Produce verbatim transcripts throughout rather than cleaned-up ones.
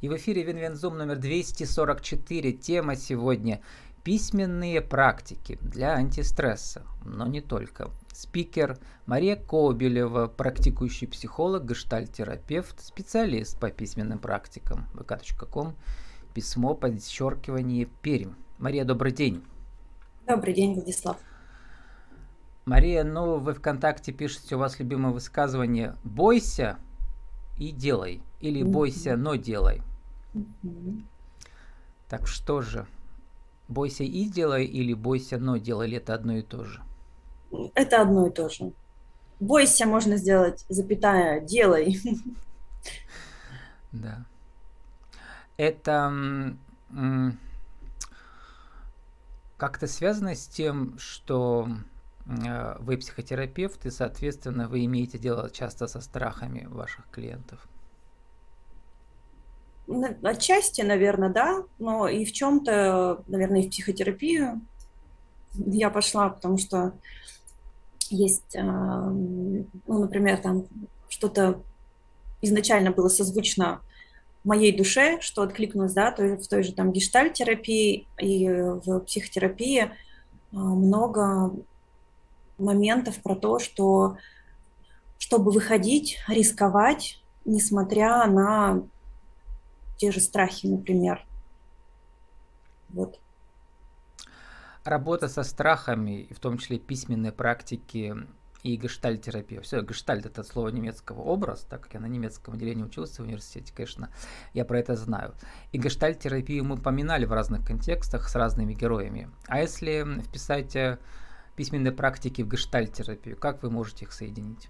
И в эфире Винвензум номер двести сорок четыре. Тема сегодня – письменные практики для антистресса, но не только. Спикер Мария Кобелева, практикующий психолог, гештальт-терапевт, специалист по письменным практикам. вэ ка точка ком, письмо, подчеркивание, Пермь. Мария, добрый день. Добрый день, Владислав. Мария, ну вы ВКонтакте пишете, у вас любимое высказывание «бойся и делай» или «бойся, но делай». Mm-hmm. Так что же, бойся и делай или бойся, но делай, или это одно и то же? Это одно и то же. Бойся можно сделать, запятая, делай. Да. Это м, как-то связано с тем, что э, вы психотерапевт, и, соответственно, вы имеете дело часто со страхами ваших клиентов? Отчасти, наверное, да, но и в чем-то, наверное, и в психотерапию я пошла, потому что есть, ну, например, там что-то изначально было созвучно моей душе, что откликнулось, да, то есть в той же там гештальт-терапии и в психотерапии много моментов про то, что чтобы выходить, рисковать, несмотря на те же страхи, например. Вот. Работа со страхами, в том числе письменные практики и гештальт-терапия. Все, гештальт — это слово немецкого, образ, так как я на немецком отделении учился в университете, конечно, я про это знаю. И гештальт-терапию мы поминали в разных контекстах с разными героями. А если вписать письменные практики в гештальт-терапию, как вы можете их соединить?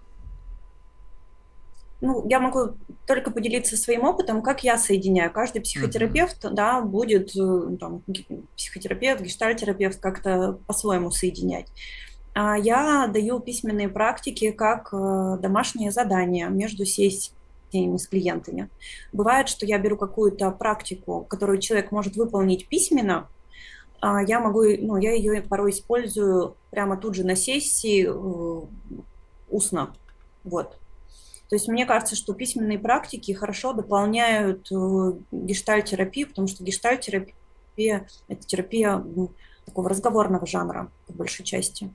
Ну, я могу только поделиться своим опытом, как я соединяю. Каждый психотерапевт, uh-huh. да, будет, там, психотерапевт, гештальт-терапевт как-то по-своему соединять. А я даю письменные практики как домашнее задание между сессиями с клиентами. Бывает, что я беру какую-то практику, которую человек может выполнить письменно, я могу, ну, я ее порой использую прямо тут же на сессии устно. Вот. То есть мне кажется, что письменные практики хорошо дополняют гештальт-терапию, потому что гештальт-терапия – это терапия ну, такого разговорного жанра, по большей части.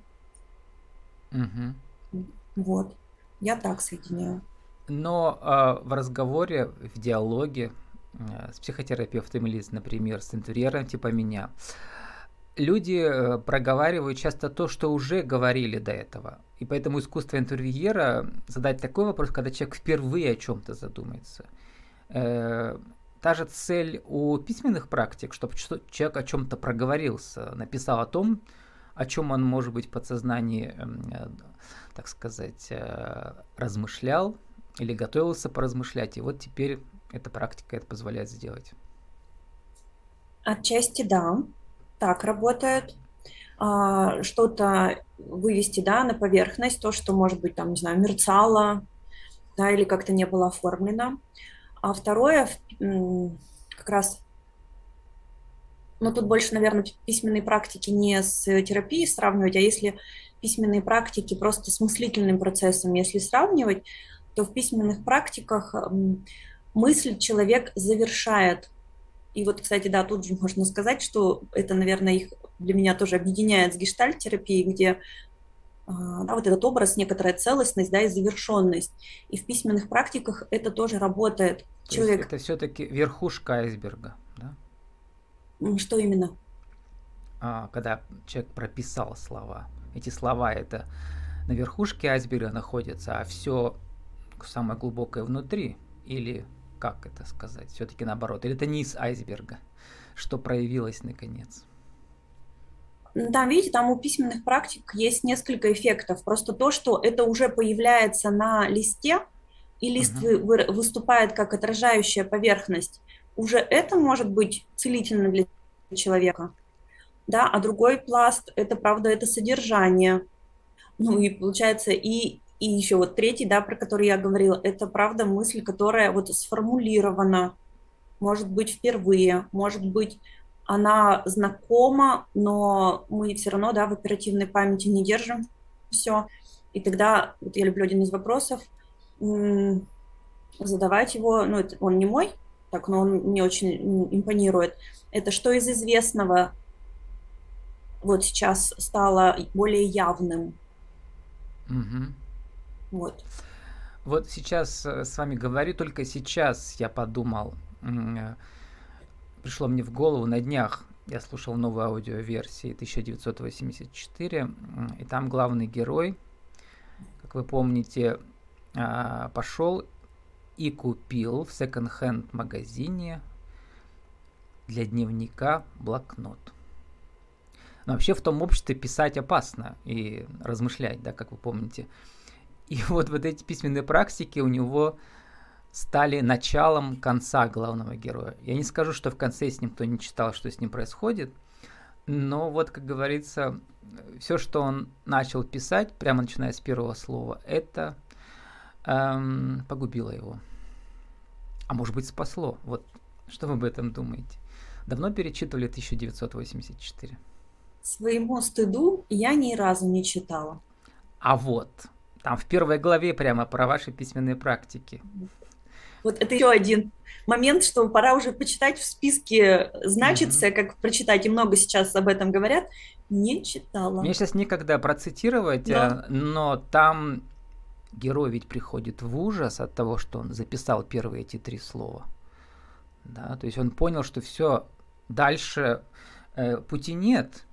Угу. Вот. Я так соединяю. Но э, в разговоре, в диалоге э, с психотерапевтом или, например, с интерьером типа меня, люди э, проговаривают часто то, что уже говорили до этого. И поэтому искусство интервьюера задать такой вопрос, когда человек впервые о чем-то задумается. Э, та же цель у письменных практик, чтобы человек о чем-то проговорился, написал о том, о чем он, может быть, в подсознании, э, так сказать, э, размышлял или готовился поразмышлять. И вот теперь эта практика это позволяет сделать. Отчасти да. Так работает. А, что-то вывести, да, на поверхность, то, что, может быть, там, не знаю, мерцало, да, или как-то не было оформлено. А второе, как раз, ну, тут больше, наверное, письменные практики не с терапией сравнивать, а если письменные практики просто с мыслительным процессом, если сравнивать, то в письменных практиках мысль человек завершает. И вот, кстати, да, тут же можно сказать, что это, наверное, их для меня тоже объединяет с гештальт-терапией, где да, вот этот образ, некоторая целостность, да, и завершенность. И в письменных практиках это тоже работает. То Человек... есть это все-таки верхушка айсберга, да? Что именно? А, когда человек прописал слова. Эти слова это на верхушке айсберга находятся, а все самое глубокое внутри, или как это сказать, все-таки наоборот, или это низ айсберга, что проявилось наконец? Да, видите, там у письменных практик есть несколько эффектов. Просто то, что это уже появляется на листе, и лист uh-huh. вы, выступает как отражающая поверхность, уже это может быть целительно для человека. Да, а другой пласт, это, правда, это содержание. Ну и получается, и, и еще вот третий, да, про который я говорила, это, правда, мысль, которая вот сформулирована, может быть, впервые, может быть, она знакома, но мы все равно, да, в оперативной памяти не держим все. И тогда, вот я люблю один из вопросов, задавать его, ну, это, он не мой, так, но он мне очень импонирует. Это что из известного вот сейчас стало более явным. Угу. Вот. Вот сейчас э, с вами говорю, только сейчас я подумал, м, э, пришло мне в голову на днях, я слушал новую аудиоверсии тысяча девятьсот восемьдесят четыре, м, и там главный герой, как вы помните, а, пошел и купил в секонд-хенд магазине для дневника блокнот. Но вообще в том обществе писать опасно и размышлять, да, как вы помните. И вот, вот эти письменные практики у него стали началом конца главного героя. Я не скажу, что в конце с ним кто не читал, что с ним происходит, но вот, как говорится, все, что он начал писать, прямо начиная с первого слова, это эм, погубило его. А может быть, спасло. Вот что вы об этом думаете? Давно перечитывали тысяча девятьсот восемьдесят четыре? Своему стыду я ни разу не читала. А вот, там в первой главе прямо про ваши письменные практики. Вот это еще один момент, что пора уже почитать, в списке значится, Мгм. как прочитать, и много сейчас об этом говорят. Не читала. Мне сейчас некогда процитировать, Да. э, но там герой ведь приходит в ужас от того, что он записал первые эти три слова. Да, то есть он понял, что все, дальше э, пути нет.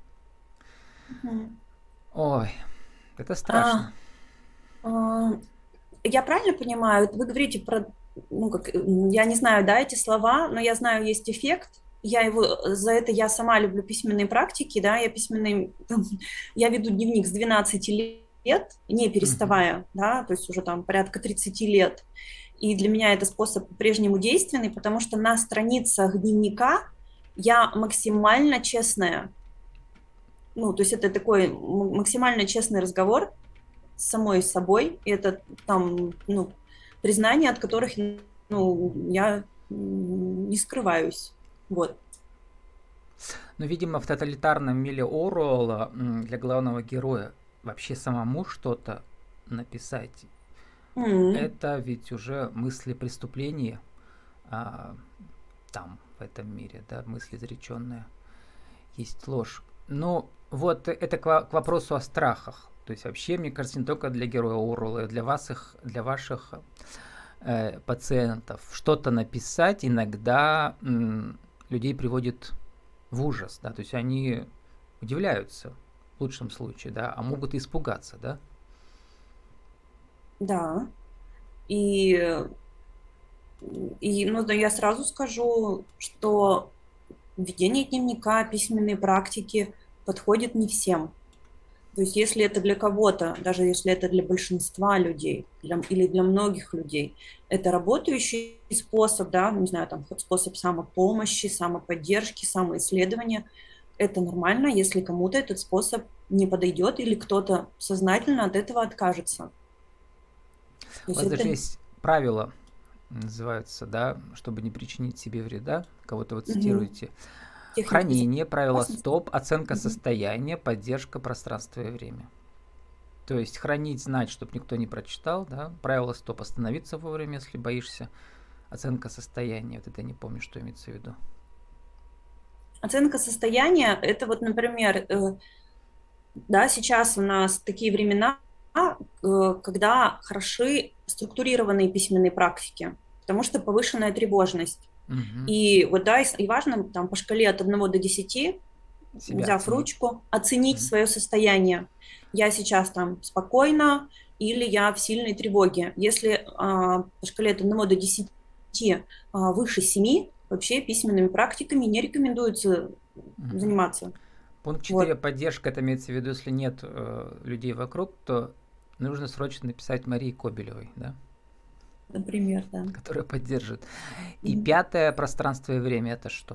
Мгм. Ой, это А, страшно. а, я правильно понимаю, вы говорите про, ну, как, м, я не знаю, да, эти слова, но я знаю, есть эффект. Я его, за это я сама люблю письменные практики, да, я письменный, я веду дневник с двенадцати лет, не Мгм. переставая, да, то есть уже там порядка тридцати лет. И для меня это способ по-прежнему действенный, потому что на страницах дневника я максимально честная. Ну, то есть это такой м- максимально честный разговор с самой собой. И это там, ну, признания, от которых, ну, я м, не скрываюсь. Вот. Но, видимо, в тоталитарном мире Оруэлла м, для главного героя вообще самому что-то написать, М, это ведь уже мысли преступления а, там, в этом мире, да, мысли изреченные. Есть ложь. Ну, вот это к, во- к вопросу о страхах. То есть вообще, мне кажется, не только для героя Оруэлла, для вас их, для ваших э, пациентов что-то написать иногда м, людей приводит в ужас, да, то есть они удивляются в лучшем случае, да, а могут и испугаться, да. да. И, и, ну, да, я сразу скажу, что ведение дневника, письменные практики подходит не всем. То есть если это для кого-то, даже если это для большинства людей для, или для многих людей, это работающий способ, да, не знаю, там способ самопомощи, самоподдержки, самоисследования, это нормально, если кому-то этот способ не подойдет или кто-то сознательно от этого откажется. То У есть вас даже это есть правила, называются, да, чтобы не причинить себе вреда, кого-то вы мгм, цитируете. техника Хранение, правило безопасности. стоп, оценка Мгм. состояния, поддержка пространства и время. То есть хранить, знать, чтобы никто не прочитал, да, правило стоп, остановиться вовремя, если боишься, оценка состояния, вот это я не помню, что имеется в виду. Оценка состояния, это вот, например, э, да, сейчас у нас такие времена, э, когда хороши структурированные письменные практики, потому что повышенная тревожность. Угу. И вот да, и, и важно там по шкале от одного до десяти, Себя взяв оценить. ручку, оценить Мгм. свое состояние. Я сейчас там спокойно или я в сильной тревоге. Если а, по шкале от одного до десяти а, выше семи, вообще письменными практиками не рекомендуется Мгм. заниматься. Пункт четыре. Вот, Поддержка. Это имеется в виду, если нет э, людей вокруг, то нужно срочно написать Марии Кобелевой, да, например, да. которая поддержит. И Мгм. пятое. Пространство и время. Это что?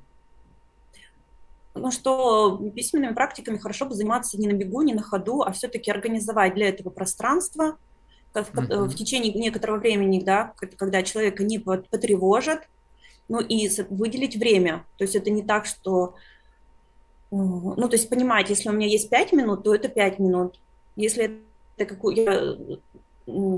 Ну, что письменными практиками хорошо бы заниматься не на бегу, не на ходу, а все-таки организовать для этого пространство в, в Мгм. течение некоторого времени, да, когда человека не потревожат, ну и выделить время. То есть это не так, что, ну, то есть понимать, если у меня есть пять минут, то это пять минут. Если это какую, я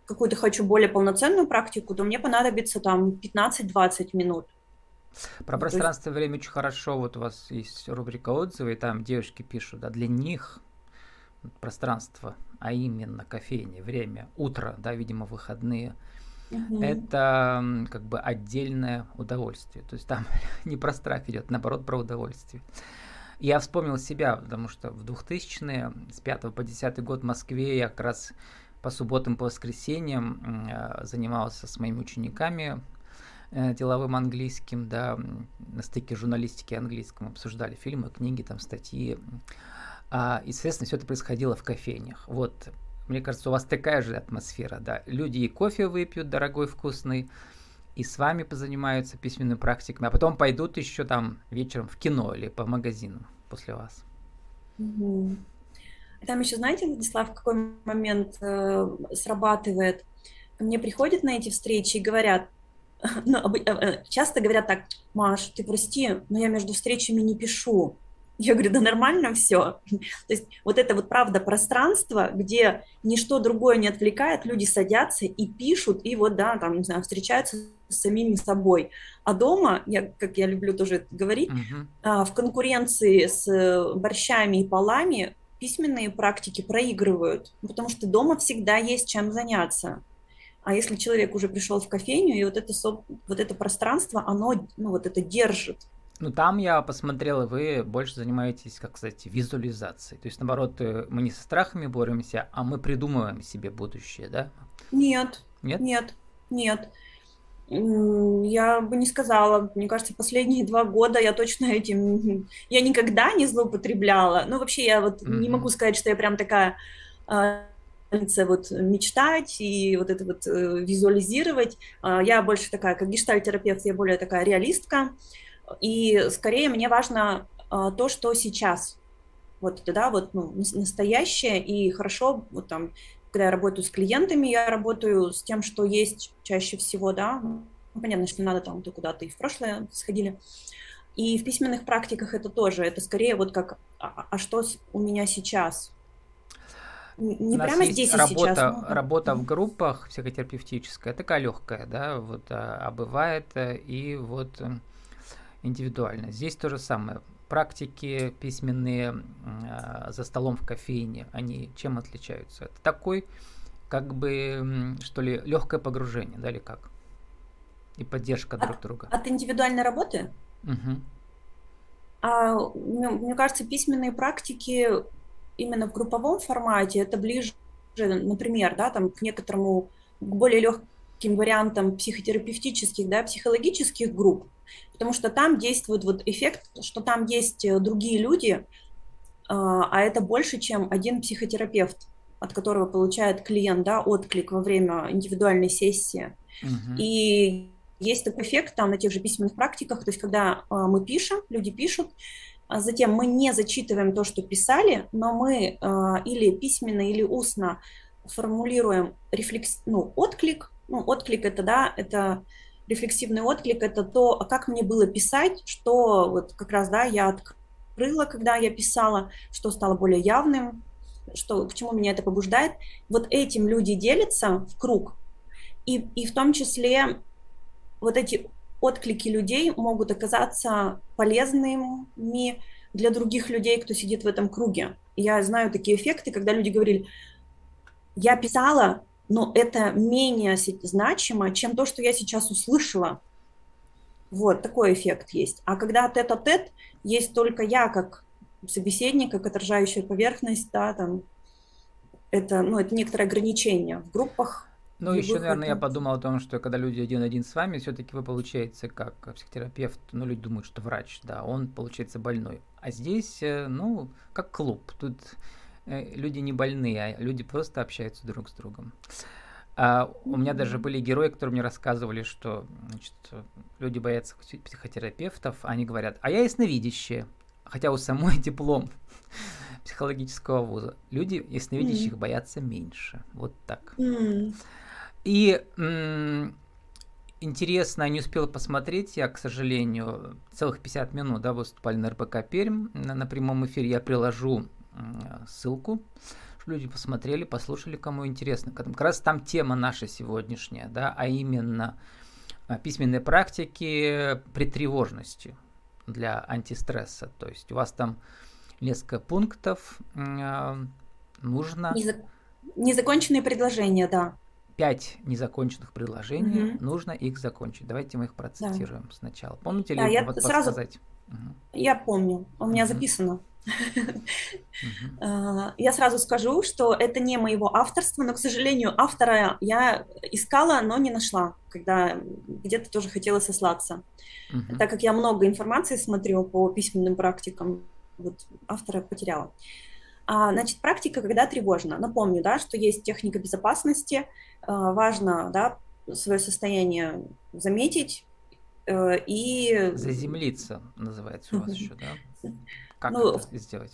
какую-то хочу более полноценную практику, то мне понадобится там пятнадцать-двадцать минут. Про Ну, то есть, пространство и время очень хорошо. Вот у вас есть рубрика отзывы, и там девушки пишут, да, для них пространство, а именно кофейня, время, утро, да, видимо, выходные, мгм, это как бы отдельное удовольствие. То есть там не про страх идет, наоборот, про удовольствие. Я вспомнил себя, потому что в двухтысячные, с пятого по десятый год в Москве я как раз по субботам, по воскресеньям занимался с моими учениками деловым английским, да, на стыке журналистики и английском обсуждали фильмы, книги, там, статьи. А, и, соответственно, все это происходило в кофейнях. Вот, мне кажется, у вас такая же атмосфера, да. Люди и кофе выпьют дорогой, вкусный, и с вами позанимаются письменными практиками, а потом пойдут еще там вечером в кино или по магазинам после вас. мгм. Там еще, знаете, Владислав, в какой момент э, срабатывает? Ко мне приходят на эти встречи и говорят, ну, обы- э, э, часто говорят так: Маш, ты прости, но я между встречами не пишу. Я говорю, да нормально все. То есть вот это вот правда пространство, где ничто другое не отвлекает, люди садятся и пишут, и вот, да, там, не знаю, встречаются с самими собой. А дома, я, как я люблю тоже это говорить, Угу. а, в конкуренции с э, борщами и полами письменные практики проигрывают, потому что дома всегда есть чем заняться. А если человек уже пришел в кофейню, и вот это, вот это пространство, оно, ну, вот это держит. Ну, там я посмотрел, вы больше занимаетесь, как сказать, визуализацией. То есть, наоборот, мы не со страхами боремся, а мы придумываем себе будущее, да? Нет, Нет? нет, нет. Я бы не сказала. Мне кажется, последние два года я точно этим... Я никогда не злоупотребляла. Ну, вообще, я вот не Угу. могу сказать, что я прям такая а, вот мечтать и вот это вот э, визуализировать. А, Я больше такая, как гештальт-терапевт, я более такая реалистка. И скорее мне важно а, то, что сейчас. Вот это, да, вот ну, настоящее. И хорошо, вот там, когда я работаю с клиентами, я работаю с тем, что есть чаще всего, да. Ну, понятно, что не надо там то куда-то и в прошлое сходили. И в письменных практиках это тоже. Это скорее вот как, а, а что у меня сейчас? У Не нас прямо есть здесь и сейчас, работа, но как... работа в группах психотерапевтическая, такая легкая, да, вот, а, а бывает э, и вот э, индивидуально. Здесь то же самое. Практики письменные э, за столом в кофейне, они чем отличаются? Это такой, как бы, что ли, легкое погружение, да, или как? И поддержка От, друг друга. от индивидуальной работы, Угу. а, мне, мне кажется, письменные практики именно в групповом формате, это ближе, например, да, там, к некоторому, к более легким вариантам психотерапевтических, да, психологических групп, потому что там действует вот эффект, что там есть э, другие люди, а а это больше, чем один психотерапевт, от которого получает клиент, да, отклик во время индивидуальной сессии. Угу. И есть такой эффект там на тех же письменных практиках, то есть когда а, мы пишем, люди пишут, а затем мы не зачитываем то, что писали, но мы а, или письменно, или устно формулируем рефлекс, ну, отклик. Ну, отклик это, да, это рефлексивный отклик, это то, а как мне было писать, что вот как раз, да, я открыла, когда я писала, что стало более явным, что, к чему меня это побуждает. Вот этим люди делятся в круг, и, и в том числе вот эти отклики людей могут оказаться полезными для других людей, кто сидит в этом круге. Я знаю такие эффекты, когда люди говорили, я писала, но это менее значимо, чем то, что я сейчас услышала. Вот такой эффект есть. А когда тет-а-тет, есть только я как собеседник, как отражающая поверхность, да, там, это, ну, это некоторое ограничение. В группах Ну, еще, любых наверное, я это... подумал о том, что когда люди один-один с вами, все-таки вы получаете как психотерапевт, ну, люди думают, что врач, да, он получается больной. А здесь, э, ну, как клуб, тут э, люди не больные, а люди просто общаются друг с другом. А у меня даже были герои, которые мне рассказывали, что, значит, люди боятся психотерапевтов, они говорят, а я ясновидящие, хотя у самой диплом психологического вуза. Люди ясновидящих боятся меньше, вот так. Mm. И м- интересно, не успела посмотреть, я, к сожалению, целых пятьдесят минут, да, выступали на эр бэ ка Пермь на, на прямом эфире, я приложу м- ссылку, чтобы чтобы люди посмотрели, послушали, кому интересно. Как раз там тема наша сегодняшняя, да, а именно письменные практики при тревожности для антистресса. То есть у вас там несколько пунктов э, нужно... Незак... Незаконченные предложения, да. Пять незаконченных предложений, Угу. нужно их закончить. Давайте мы их процитируем да. сначала. Помните да, ли я вот сразу... подсказать? Угу. Я помню, у меня угу. записано. Uh-huh. Я сразу скажу, что это не моего авторства, но, к сожалению, автора я искала, но не нашла, когда где-то тоже хотела сослаться. Uh-huh. Так как я много информации смотрю по письменным практикам, вот автора потеряла. А, значит, практика, когда тревожно. Напомню, да, что есть техника безопасности. А, важно, да, свое состояние заметить э, и... Заземлиться называется у вас uh-huh. еще, да? Как ну, это сделать?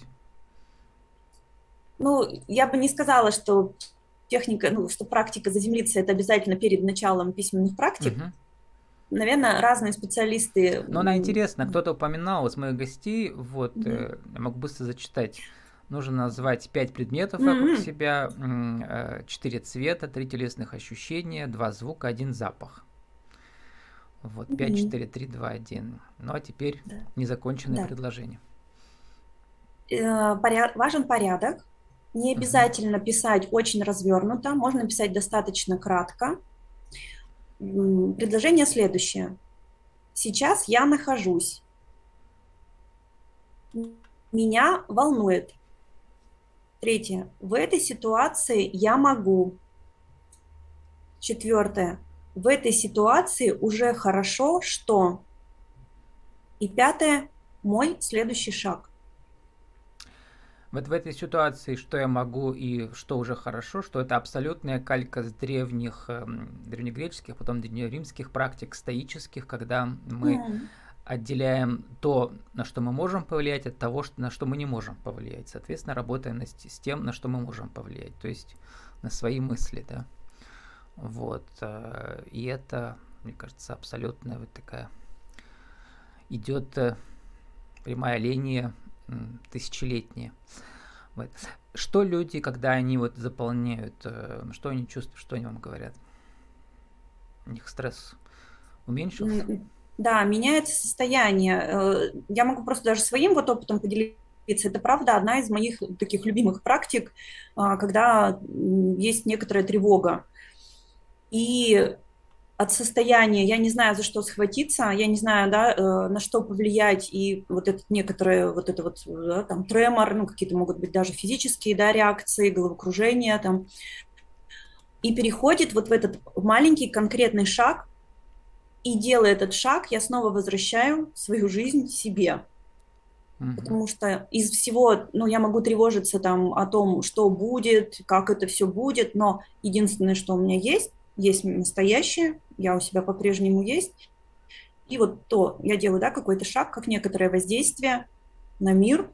Ну, я бы не сказала, что техника, ну, что практика заземлиться это обязательно перед началом письменных практик. Угу. Наверное, разные специалисты. Но она интересна. Кто-то упоминал из моих гостей, вот, угу. э, я могу быстро зачитать. Нужно назвать пять предметов вокруг mm-hmm. себя, четыре цвета, три телесных ощущения, два звука, один запах. Вот, пять, mm-hmm. четыре, три, два, один. Ну, а теперь да. незаконченное да. предложение. Поряд... Важен порядок. Не обязательно uh-huh. писать очень развернуто, можно писать достаточно кратко. Предложение следующее. Сейчас я нахожусь. Меня волнует. Третье. В этой ситуации я могу. Четвертое. В этой ситуации уже хорошо, что. И пятое. Мой следующий шаг. Вот в этой ситуации, что я могу и что уже хорошо, что это абсолютная калька с древних, э, древнегреческих, потом древнеримских практик, стоических, когда мы mm. отделяем то, на что мы можем повлиять, от того, что, на что мы не можем повлиять. Соответственно, работаем с тем, на что мы можем повлиять, то есть на свои мысли, да. Вот. И это, мне кажется, абсолютно вот такая идет прямая линия тысячелетние. Вот. Что люди, когда они вот заполняют, что они чувствуют, что они вам говорят? У них стресс уменьшился? Да, меняется состояние. Я могу просто даже своим вот опытом поделиться. Это правда одна из моих таких любимых практик, когда есть некоторая тревога. И от состояния, я не знаю, за что схватиться, я не знаю, да, на что повлиять, и вот это некоторые, вот это вот, да, там, тремор, ну, какие-то могут быть даже физические, да, реакции, головокружение, там, и переходит вот в этот маленький конкретный шаг, и делая этот шаг, я снова возвращаю свою жизнь себе. Mm-hmm. Потому что из всего, ну, я могу тревожиться там о том, что будет, как это все будет, но единственное, что у меня есть, есть настоящее, я у себя по-прежнему есть. И вот то, я делаю, да, какой-то шаг, как некоторое воздействие на мир.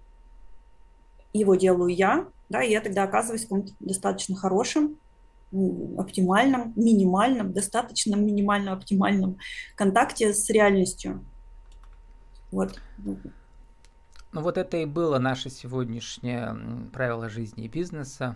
Его делаю я, да, и я тогда оказываюсь в каком-то достаточно хорошем, оптимальном, минимальном, достаточно минимально оптимальном контакте с реальностью. Вот. Ну вот это и было наше сегодняшнее правило жизни и бизнеса.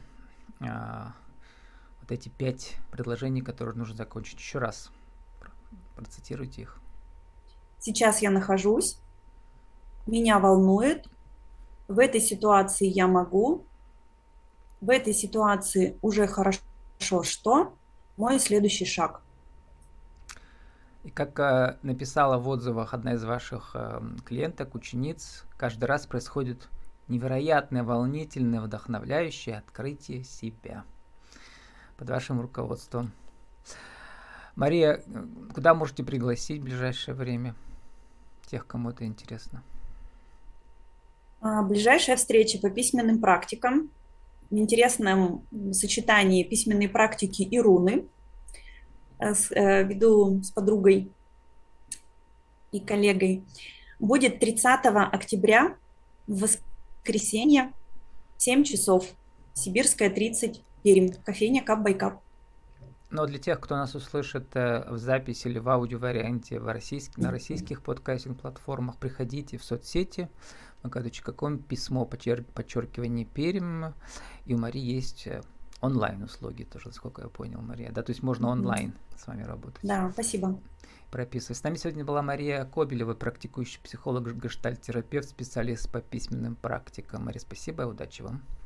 Вот эти пять предложений, которые нужно закончить. Еще раз процитируйте их. Сейчас я нахожусь, меня волнует, в этой ситуации я могу, в этой ситуации уже хорошо, что, мой следующий шаг. И как э, написала в отзывах одна из ваших э, клиенток, учениц, каждый раз происходит невероятное, волнительное, вдохновляющее открытие себя под вашим руководством. Мария, куда можете пригласить в ближайшее время тех, кому это интересно? Ближайшая встреча по письменным практикам, в интересном сочетании письменной практики и руны. С, э, веду с подругой и коллегой. Будет тридцатого октября в воскресенье, семь часов. Сибирская, тридцать, Пермь. Кофейня Кап бай Кап. Но для тех, кто нас услышит э, в записи или в аудиоварианте в российск... на российских подкастинг-платформах, приходите в соцсети, макадочка.ком, письмо, подчер... подчеркивание Пермь, и у Марии есть э, онлайн-услуги тоже, насколько я понял, Мария. Да, то есть можно онлайн с вами работать. Да, спасибо. Прописывать. С нами сегодня была Мария Кобелева, практикующий психолог, гештальт-терапевт, специалист по письменным практикам. Мария, спасибо и удачи вам.